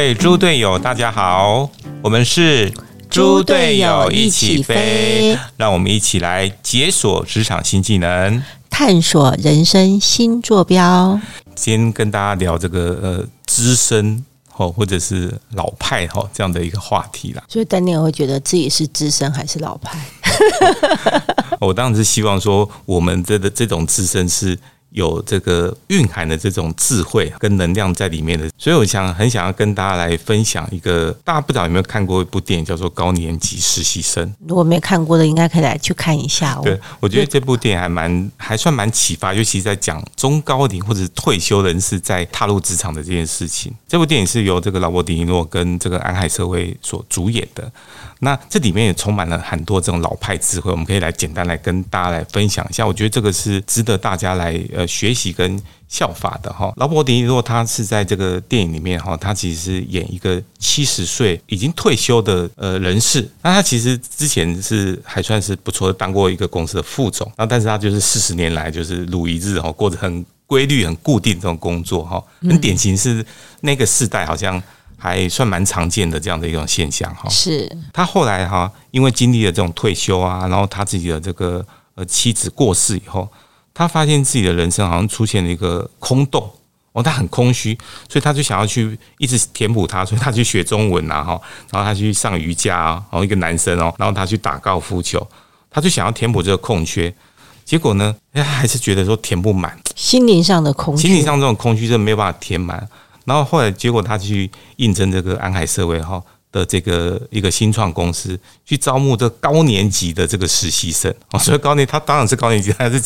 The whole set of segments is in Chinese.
位猪队友，大家好，我们是猪队友一起飞， 让我们一起来解锁职场新技能， 探索人生新坐标。 今天跟大家聊这个资深或者是老派这样的一个话题啦。 所以丹尼尔会觉得自己是资深还是老派？ 我当然是希望说，我们的这种资深是有这个蕴含的这种智慧跟能量在里面的，所以我很想要跟大家来分享一个，大家不知道有没有看过一部电影叫做《高年级实习生》。 如果没看过的，应该可以来去看一下哦。 对，我觉得这部电影还算蛮启发，尤其是在讲中高龄或者是退休人士在踏入职场的这件事情。这部电影是由这个劳勃·迪尼诺跟这个安海瑟薇所主演的。那这里面也充满了很多这种老派智慧，我们可以来简单来跟大家来分享一下。我觉得这个是值得大家来学习跟效法的哈。劳勃·迪尼诺他是在这个电影里面哈，他其实是演一个70岁已经退休的人士。那他其实之前还算是不错的，当过一个公司的副总。然后但是他就是40年来就是如一日过着很规律、很固定这种工作哈，很典型是那个世代好像还算蛮常见的这样的一种现象哈。是他后来因为经历了这种退休啊，然后他自己的这个妻子过世以后，他发现自己的人生好像出现了一个空洞他很空虚，所以他就想要去一直填补它，所以他去学中文啊，然后他去上瑜伽啊，一个男生然后他去打高尔夫球，他就想要填补这个空缺，结果呢，他还是觉得说填不满， 心灵上的空虚， 心灵上这种空虚真的没有办法填满。然后后来结果他去应征这个安海瑟薇的这个一个新创公司，去招募这高年级的这个实习生所以他当然是高年级，他是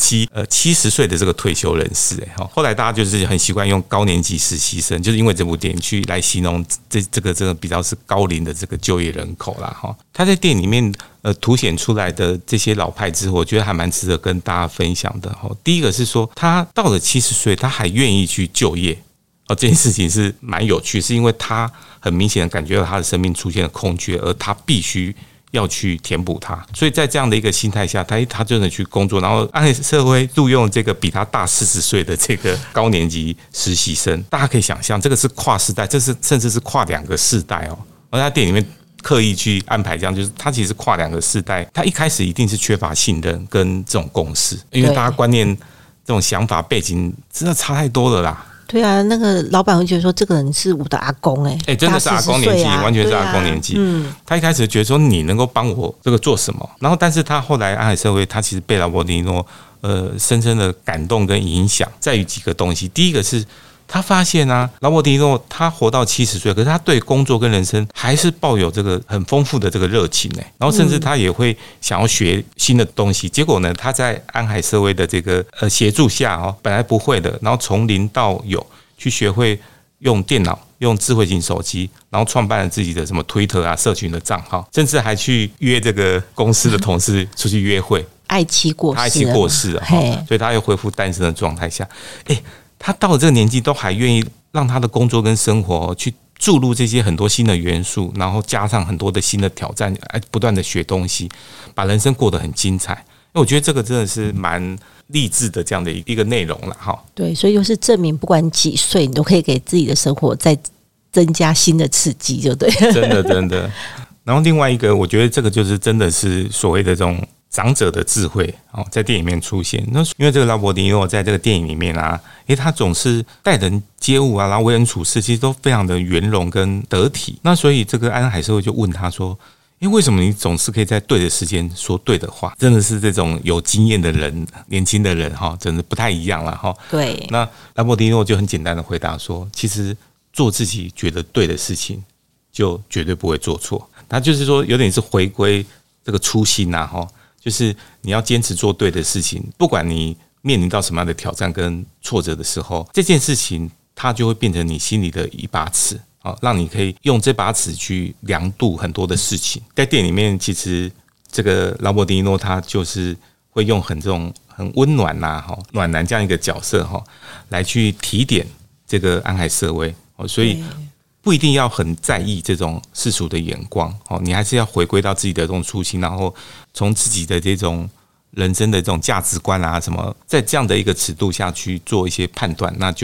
70岁的这个退休人士后来大家就是很习惯用高年级实习生，就是因为这部电影去来形容这个比较是高龄的这个就业人口啦他在电影里面凸显出来的这些老派智慧，我觉得还蛮值得跟大家分享的第一个是说，他到了70岁，他还愿意去就业这件事情是蛮有趣，是因为他很明显的感觉到他的生命出现了空缺，而他必须要去填补它。所以在这样的一个心态下，他真的去工作，然后安海瑟薇录用这个比他大40岁的这个高年级实习生。大家可以想象，这个是跨世代，这是甚至是跨2个世代而他电影里面刻意去安排这样，就是他其实跨2个世代，他一开始一定是缺乏信任跟这种共识，因为大家观念、这种想法背景真的差太多了啦。对啊，那个老板会觉得说，这个人是我的阿公真的是阿公年纪，完全是阿公年纪。他一开始觉得说，你能够帮我这个做什么？然后，但是他后来安海瑟薇，他其实被劳勃·迪尼诺深深的感动跟影响，在于几个东西。第一个是，他发现劳勃·迪尼诺他活到70岁，可是他对工作跟人生还是抱有这个很丰富的这个热情然后甚至他也会想要学新的东西。结果呢，他在安海瑟薇的这个协助下本来不会的，然后从零到有去学会用电脑、用智慧型手机，然后创办了自己的什么 Twitter 啊社群的账号，甚至还去约这个公司的同事出去约会。 爱妻过世了所以他又恢复单身的状态下，他到了这个年纪都还愿意让他的工作跟生活去注入这些很多新的元素，然后加上很多的新的挑战，不断的学东西，把人生过得很精彩。我觉得这个真的是蛮励志的这样的一个内容了对，所以就是证明不管几岁，你都可以给自己的生活再增加新的刺激，就对了。 真的。然后另外一个，我觉得这个就是真的是所谓的这种长者的智慧在电影里面出现。那因为这个劳勃·迪尼诺在这个电影里面他总是待人接物然后为人处事其实都非常的圆融跟得体。那所以这个安海瑟薇就问他说，为什么你总是可以在对的时间说对的话？真的是这种有经验的人，年轻的人真的不太一样了对。 那劳勃·迪尼诺就很简单的回答说，其实做自己觉得对的事情，就绝对不会做错。他就是说，有点是回归这个初心就是你要坚持做对的事情，不管你面临到什么样的挑战跟挫折的时候，这件事情它就会变成你心里的一把尺让你可以用这把尺去量度很多的事情。在电影里面，其实这个劳勃·迪尼诺他就是会用这种很温暖暖男这样一个角色来去提点这个安海瑟薇所以不一定要很在意这种世俗的眼光你还是要回归到自己的这种初心，然后从自己的这种人生的这种价值观什么，在这样的一个尺度下去做一些判断，那就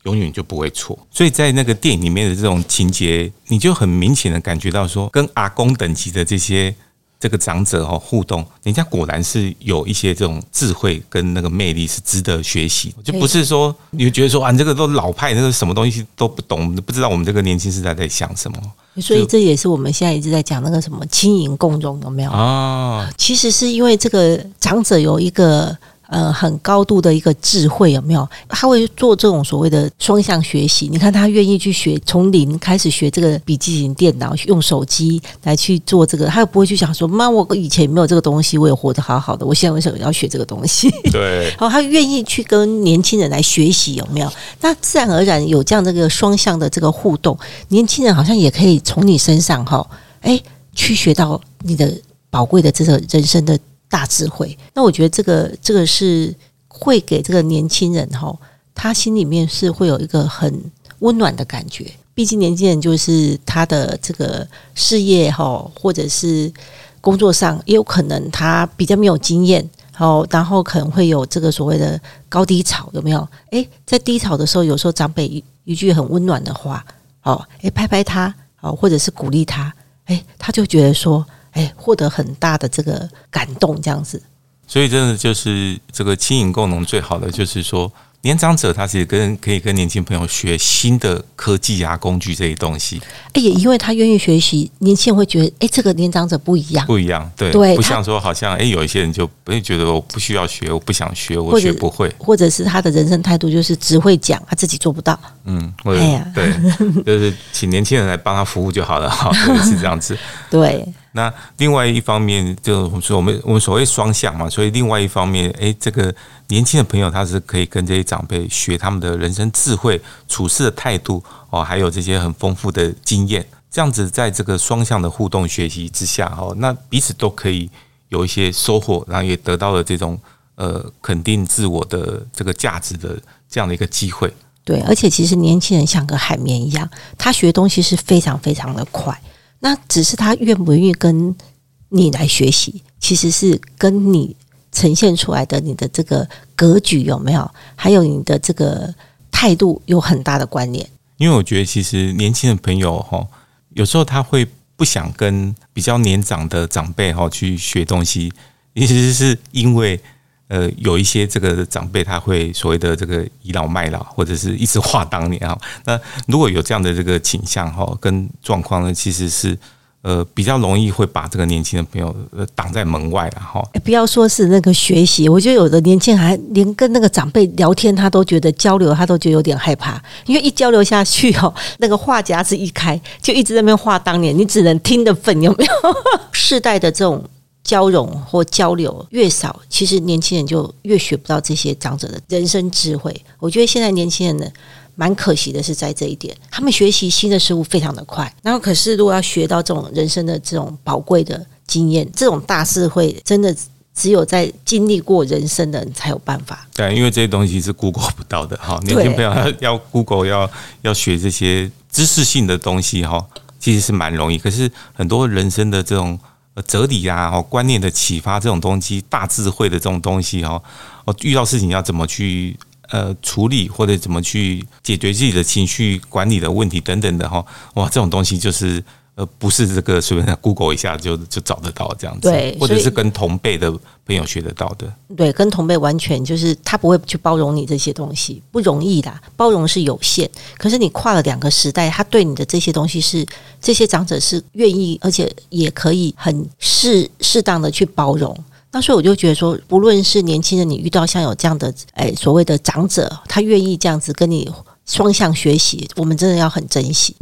永远就不会错。所以在那个电影里面的这种情节，你就很明显的感觉到说，跟阿公等级的这个长者互动，人家果然是有一些这种智慧跟那个魅力是值得学习，就不是说你会觉得说啊，你这个都老派，那个什么东西都不懂，不知道我们这个年轻时代在想什么。 所以这也是我们现在一直在讲那个什么轻盈共融，有没有啊？其实是因为这个长者有一个很高度的一个智慧，有没有？他会做这种所谓的双向学习。你看他愿意去学，从零开始学这个笔记型电脑，用手机来去做这个，他又不会去想说，妈，我以前没有这个东西，我也活得好好的，我现在为什么要学这个东西？ 对， 然后他愿意去跟年轻人来学习，有没有？那自然而然有这样这个双向的这个互动，年轻人好像也可以从你身上去学到你的宝贵的这个人生的大智慧。那我觉得这个是会给这个年轻人他心里面是会有一个很温暖的感觉。毕竟年轻人就是他的这个事业或者是工作上也有可能他比较没有经验，然后可能会有这个所谓的高低潮，有没有？在低潮的时候，有时候长辈一句很温暖的话，拍拍他，或者是鼓励他，他就觉得说，获得很大的这个感动，这样子。 所以真的就是这个轻盈共融最好的就是说，年长者他其实可以跟年轻朋友学新的科技啊、工具这些东西。 也因为他愿意学习，年轻人会觉得，这个年长者不一样， 对，不像说好像有一些人就不会觉得我不需要学，我不想学，我学不会， 或者是他的人生态度就是只会讲，他自己做不到。 对，就是请年轻人来帮他服务就好了，是这样子。 对。 那另外一方面，就我们所谓双向嘛，所以另外一方面，这个年轻的朋友他是可以跟这些长辈学他们的人生智慧、处事的态度还有这些很丰富的经验。这样子在这个双向的互动学习之下，那彼此都可以有一些收获，然后也得到了这种肯定自我的这个价值的这样的一个机会。 对，而且其实年轻人像个海绵一样，他学东西是非常非常的快。那只是他愿不愿意跟你来学习，其实是跟你呈现出来的你的这个格局有没有，还有你的这个态度有很大的关联。 因为我觉得其实年轻的朋友有时候他会不想跟比较年长的长辈去学东西，其实是因为有一些这个长辈他会所谓的这个倚老卖老，或者是一直话当年那如果有这样的这个倾向跟状况呢，其实是比较容易会把这个年轻的朋友挡在门外了不要说是那个学习，我觉得有的年轻人还连跟那个长辈聊天，他都觉得交流，他都觉得有点害怕，因为一交流下去那个话匣子一开，就一直在那边话当年，你只能听得分，有没有？世代的这种交融或交流越少，其实年轻人就越学不到这些长者的人生智慧。我觉得现在年轻人呢，蛮可惜的是在这一点，他们学习新的事物非常的快，然后可是如果要学到这种人生的这种宝贵的经验，这种大智慧，真的只有在经历过人生的人才有办法。 对，因为这些东西是 Google 不到的年轻朋友要 Google 要学这些知识性的东西其实是蛮容易，可是很多人生的这种哲理啊、观念的启发这种东西，大智慧的这种东西遇到事情要怎么去处理，或者怎么去解决自己的情绪管理的问题等等的哇，这种东西就是不是这个随便 Google 一下就找得到这样子， 对， 或者是跟同辈的朋友学得到的。对， 跟同辈完全就是他不会去包容你这些东西，不容易啦，包容是有限。可是你跨了2个时代，他对你的这些东西是这些长者是愿意，而且也可以很适当的去包容。那所以我就觉得说，不论是年轻人，你遇到像有这样的所谓的长者，他愿意这样子跟你双向学习，我们真的要很珍惜。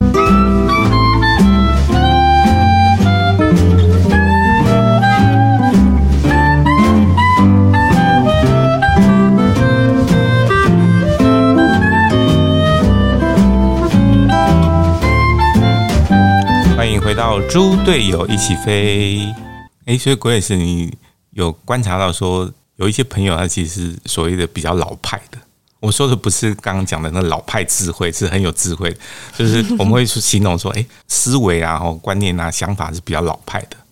欢迎回到猪队友一起飞。所以鬼也是你有观察到说，有一些朋友他其实是所谓的比较老派的。我说的不是刚刚讲的那老派智慧，是很有智慧的，就是我们会形容说，思维啊、观念啊、想法是比较老派的。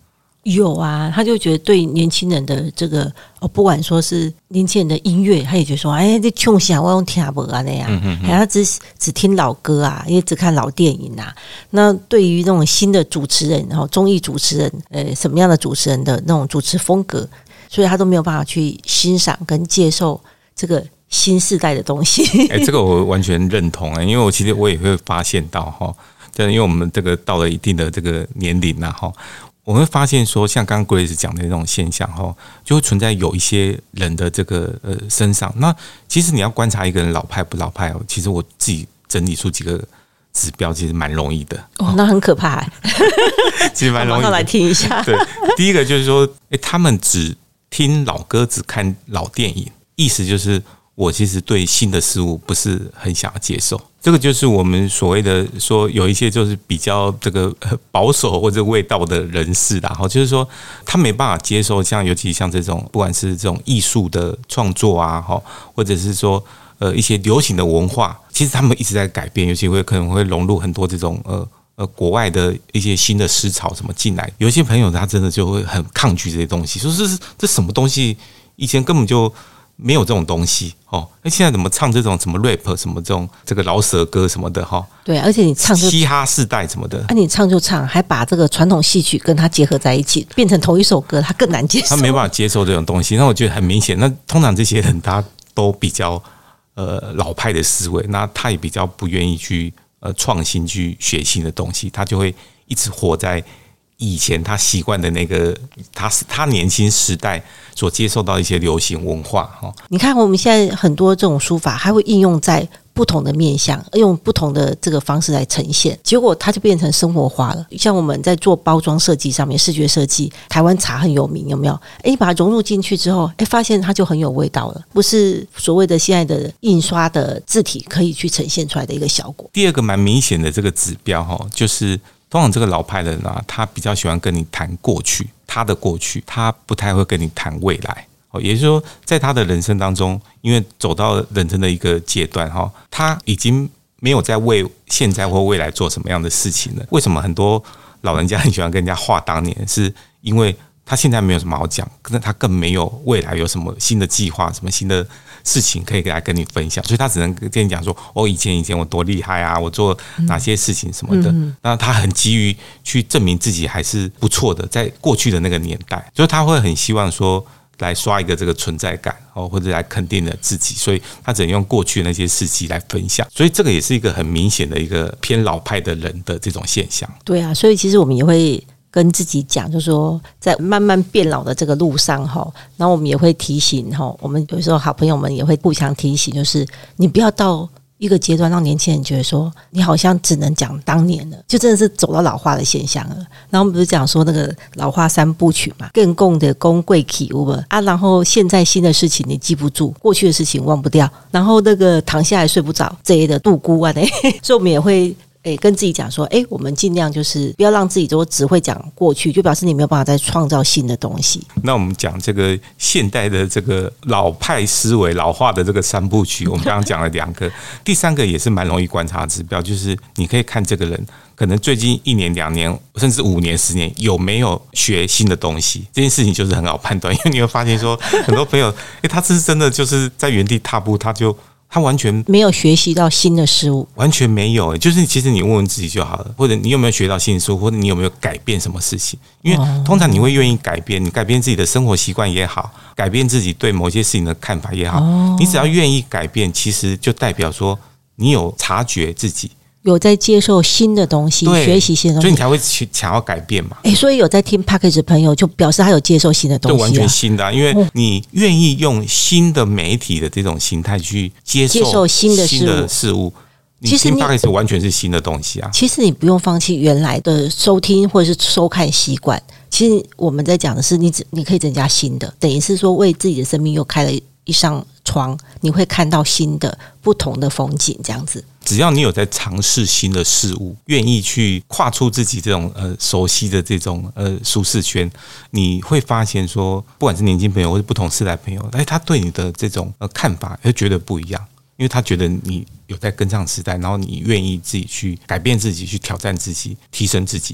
有啊，他就觉得对年轻人的这个不管说是年轻人的音乐，他也觉得说，哎，这唱啥我都听不啊那样，他只听老歌啊，也只看老电影啊。那对于那种新的主持人，然后综艺主持人，什么样的主持人的那种主持风格，所以他都没有办法去欣赏跟接受这个新世代的东西。 这个我完全认同因为我其实我也会发现到因为我们这个到了一定的这个年龄我们会发现说，像刚刚 Grace 讲的那种现象就会存在有一些人的这个身上。那其实你要观察一个人老派不老派其实我自己整理出几个指标，其实蛮容易的。 那很可怕其实蛮容易的。马上来听一下。 对，第一个就是说，他们只听老歌，只看老电影，意思就是我其实对新的事物不是很想要接受。这个就是我们所谓的说有一些就是比较这个保守或者味道的人士啦，就是说他没办法接受尤其像这种不管是这种艺术的创作啊，或者是说一些流行的文化，其实他们一直在改变，尤其可能会融入很多这种国外的一些新的思潮什么进来。有一些朋友他真的就会很抗拒这些东西，说这什么东西，以前根本就没有这种东西现在怎么唱这种什么 rap 什么这个饶舌歌什么的对，而且你唱就嘻哈世代什么的你唱就唱，还把这个传统戏曲跟它结合在一起，变成同一首歌，他更难接受， 他没办法接受这种东西。那我觉得很明显，那通常这些人他都比较老派的思维，那他也比较不愿意去创新去学新的东西，他就会一直活在以前他习惯的那个他年轻时代所接受到一些流行文化你看我们现在很多这种书法还会应用在不同的面向，用不同的这个方式来呈现，结果它就变成生活化了。像我们在做包装设计上面，视觉设计，台湾茶很有名，有没有？你把它融入进去之后，发现它就很有味道了，不是所谓的现在的印刷的字体可以去呈现出来的一个效果。 第二个蛮明显的这个指标就是通常这个老派的人他比较喜欢跟你谈过去，他的过去，他不太会跟你谈未来。也就是说，在他的人生当中，因为走到人生的一个阶段他已经没有在为现在或未来做什么样的事情了。为什么很多老人家很喜欢跟人家话当年？是因为他现在没有什么好讲，他更没有未来有什么新的计划，什么新的事情可以来跟你分享，所以他只能跟你讲说以前我多厉害啊，我做哪些事情什么的。那他很急于去证明自己还是不错的，在过去的那个年代，所以他会很希望说来刷一个这个存在感或者来肯定了自己，所以他只能用过去的那些事迹来分享，所以这个也是一个很明显的一个偏老派的人的这种现象。 对啊，所以其实我们也会跟自己讲，就是说在慢慢变老的这个路上然后我们也会提醒我们有时候好朋友们也会互相提醒，就是你不要到一个阶段让年轻人觉得说你好像只能讲当年了，就真的是走到老化的现象了。然后我们不是讲说那个老化三部曲嘛，更共的功贵体悟然后现在新的事情你记不住，过去的事情忘不掉，然后那个躺下来睡不着这些的度孤所以我们也会跟自己讲说我们尽量就是不要让自己都只会讲过去，就表示你没有办法再创造新的东西。 那我们讲这个现代的这个老派思维老化的这个三部曲，我们刚刚讲了2个，第3个也是蛮容易观察的指标，就是你可以看这个人可能最近1年2年甚至5年10年有没有学新的东西，这件事情就是很好判断。因为你会发现说很多朋友他是真的就是在原地踏步，他完全没有学习到新的事物， 完全没有。就是其实你问问自己就好了，或者你有没有学到新的事物，或者你有没有改变什么事情。因为通常你会愿意改变，你改变自己的生活习惯也好，改变自己对某些事情的看法也好，你只要愿意改变，其实就代表说你有察觉自己有在接受新的东西，学习新的东西， 所以你才会想要改变嘛。 所以有在听 Package 的朋友就表示他有接受新的东西， 就完全新的因为你愿意用新的媒体的这种形态去接受新的事物。你听 Package 完全是新的东西啊。 其实你不用放弃原来的收听或者是收看习惯。其实我们在讲的是你可以增加新的，等于是说为自己的生命又开了一扇窗，你会看到新的不同的风景，这样子。 只要你有在尝试新的事物，愿意去跨出自己这种熟悉的这种舒适圈，你会发现说，不管是年轻朋友或是不同世代朋友，他对你的这种看法会觉得不一样，因为他觉得你有在跟上时代，然后你愿意自己去改变自己，去挑战自己，提升自己。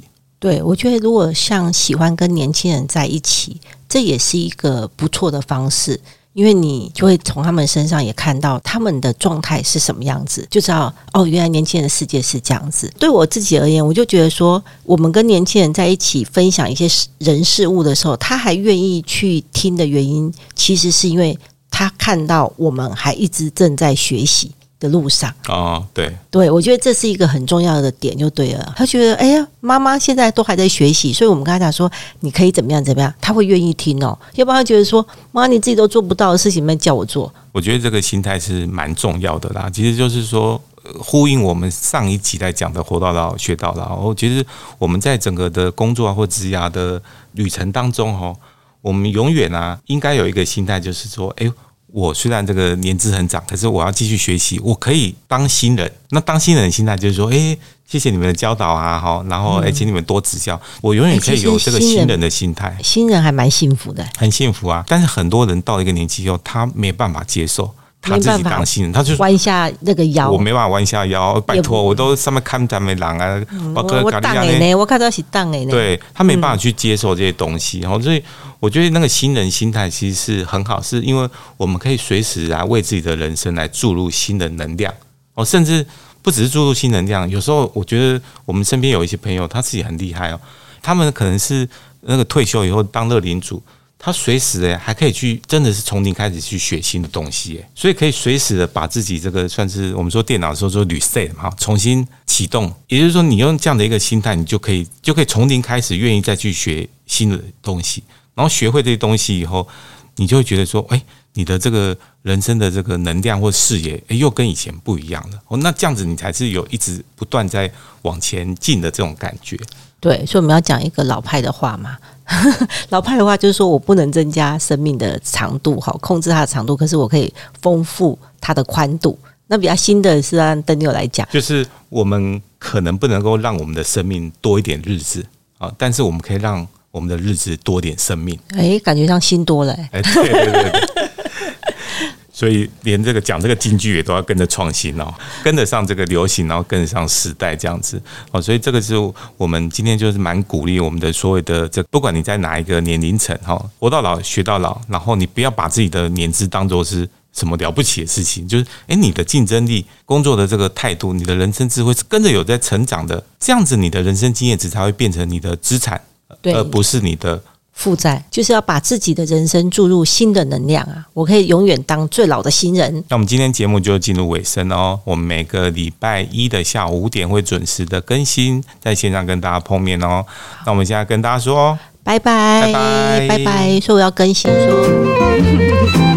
对，我觉得如果像喜欢跟年轻人在一起，这也是一个不错的方式。因为你就会从他们身上也看到他们的状态是什么样子，就知道哦，原来年轻人的世界是这样子。对我自己而言，我就觉得说，我们跟年轻人在一起分享一些人事物的时候，他还愿意去听的原因，其实是因为他看到我们还一直正在学习的路上。 哦，对对，我觉得这是一个很重要的点就对了。他觉得哎呀，妈妈现在都还在学习，所以我们跟他讲说你可以怎么样怎么样，他会愿意听哦。要不然他觉得说妈你自己都做不到的事情没叫我做。 我觉得这个心态是蛮重要的啦。其实就是说呼应我们上一集来讲的活到老学到老。我觉得我们在整个的工作或职涯的旅程当中，我们永远应该有一个心态，就是说我虽然这个年资很长，可是我要继续学习，我可以当新人。那当新人的心态就是说，谢谢你们的教导然后请你们多指教，我永远可以有这个新人的心态。 新人还蛮幸福的， 很幸福啊。但是很多人到一个年纪以后，他没办法接受他自己当新人，他就弯下那个腰， 我没办法弯下腰，拜托，我都上面看咱们人我当呢，我看到是当呢， 对他没办法去接受这些东西，所以我觉得那个新人心态其实是很好，是因为我们可以随时为自己的人生来注入新的能量，甚至不只是注入新能量。有时候我觉得我们身边有一些朋友，他自己很厉害他们可能是那个退休以后当乐龄主，他随时还可以去真的是从零开始去学新的东西，所以可以随时的把自己这个算是我们说电脑的时候说 reset 嘛，重新启动。也就是说，你用这样的一个心态，你就可以从零开始，愿意再去学新的东西。然后学会这些东西以后，你就会觉得说，你的这个人生的这个能量或视野，又跟以前不一样了。那这样子你才是有一直不断在往前进的这种感觉。 对，所以我们要讲一个老派的话嘛。老派的话就是说我不能增加生命的长度，控制它的长度，可是我可以丰富它的宽度。那比较新的是按邓六来讲，就是我们可能不能够让我们的生命多一点日子，但是我们可以让我们的日子多点生命。 感觉上新多了。 对。所以连这个讲这个金句也都要跟着创新跟得上这个流行，然后跟得上时代这样子所以这个是我们今天就是蛮鼓励我们的所谓的不管你在哪一个年龄层活到老学到老，然后你不要把自己的年资当作是什么了不起的事情，就是你的竞争力、工作的这个态度、你的人生智慧是跟着有在成长的，这样子你的人生经验值才会变成你的资产，而不是你的负债。就是要把自己的人生注入新的能量我可以永远当最老的新人。 那我们今天节目就进入尾声我们每个礼拜一的下午5点会准时的更新，在线上跟大家碰面那我们现在跟大家说拜拜拜拜，所以我要更新说